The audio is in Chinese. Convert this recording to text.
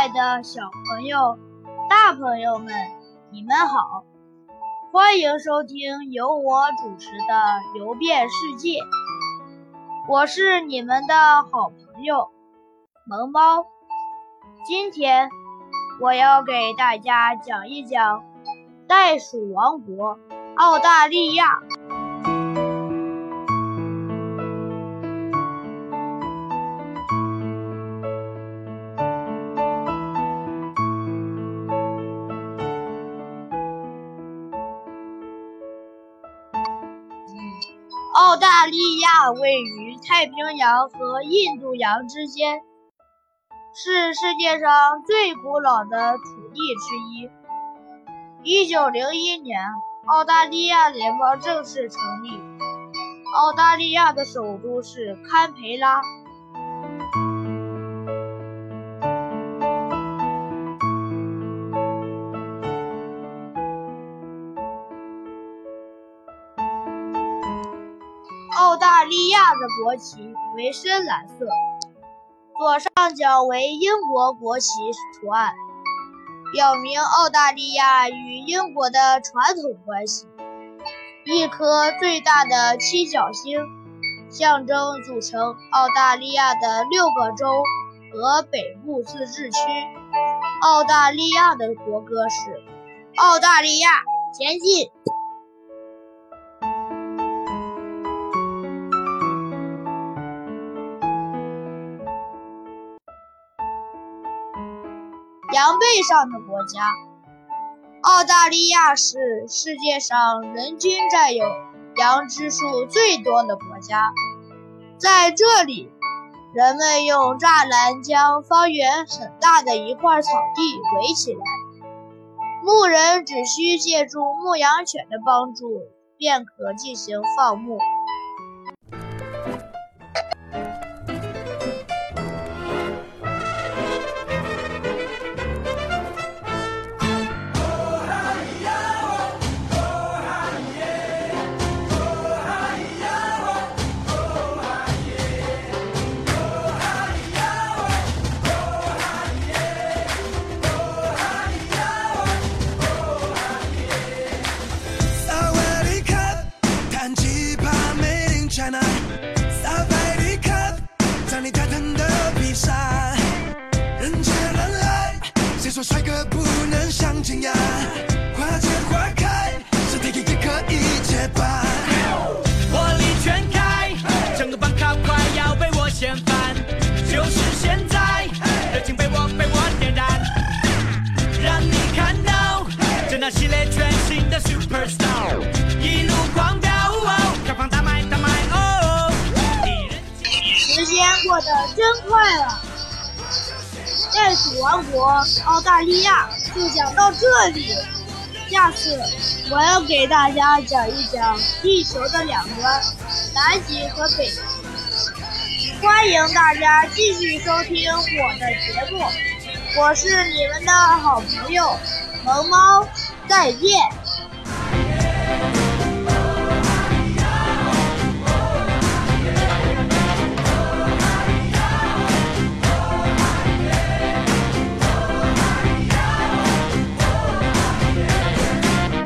爱的小朋友、大朋友们，你们好！欢迎收听由我主持的《游遍世界》，我是你们的好朋友萌猫。今天我要给大家讲一讲袋鼠王国澳大利亚。澳大利亚位于太平洋和印度洋之间，是世界上最古老的土地之一。1901年，澳大利亚联邦正式成立。澳大利亚的首都是堪培拉。澳大利亚的国旗为深蓝色，左上角为英国国旗图案，表明澳大利亚与英国的传统关系。一颗最大的七角星象征组成澳大利亚的6个州和北部自治区。澳大利亚的国歌是澳大利亚前进。羊背上的国家，澳大利亚是世界上人均占有羊只数最多的国家。在这里，人们用栅栏将方圆很大的一块草地围起来，牧人只需借助牧羊犬的帮助，便可进行放牧。 撒贝利克，站立泰坦的披萨，人见人爱，谁说帅哥不能相亲呀？花见花开，身体也可以结伴。火力全开，整个班卡快要被我掀翻，就是现在，热情被我点燃，让你看到这那系列全新的 Superstar， 一路狂飙，开放大卖。 时间过得真快了，袋鼠王国澳大利亚就讲到这里。下次我要给大家讲一讲地球的两端，南极和北极。欢迎大家继续收听我的节目，我是你们的好朋友萌猫，再见。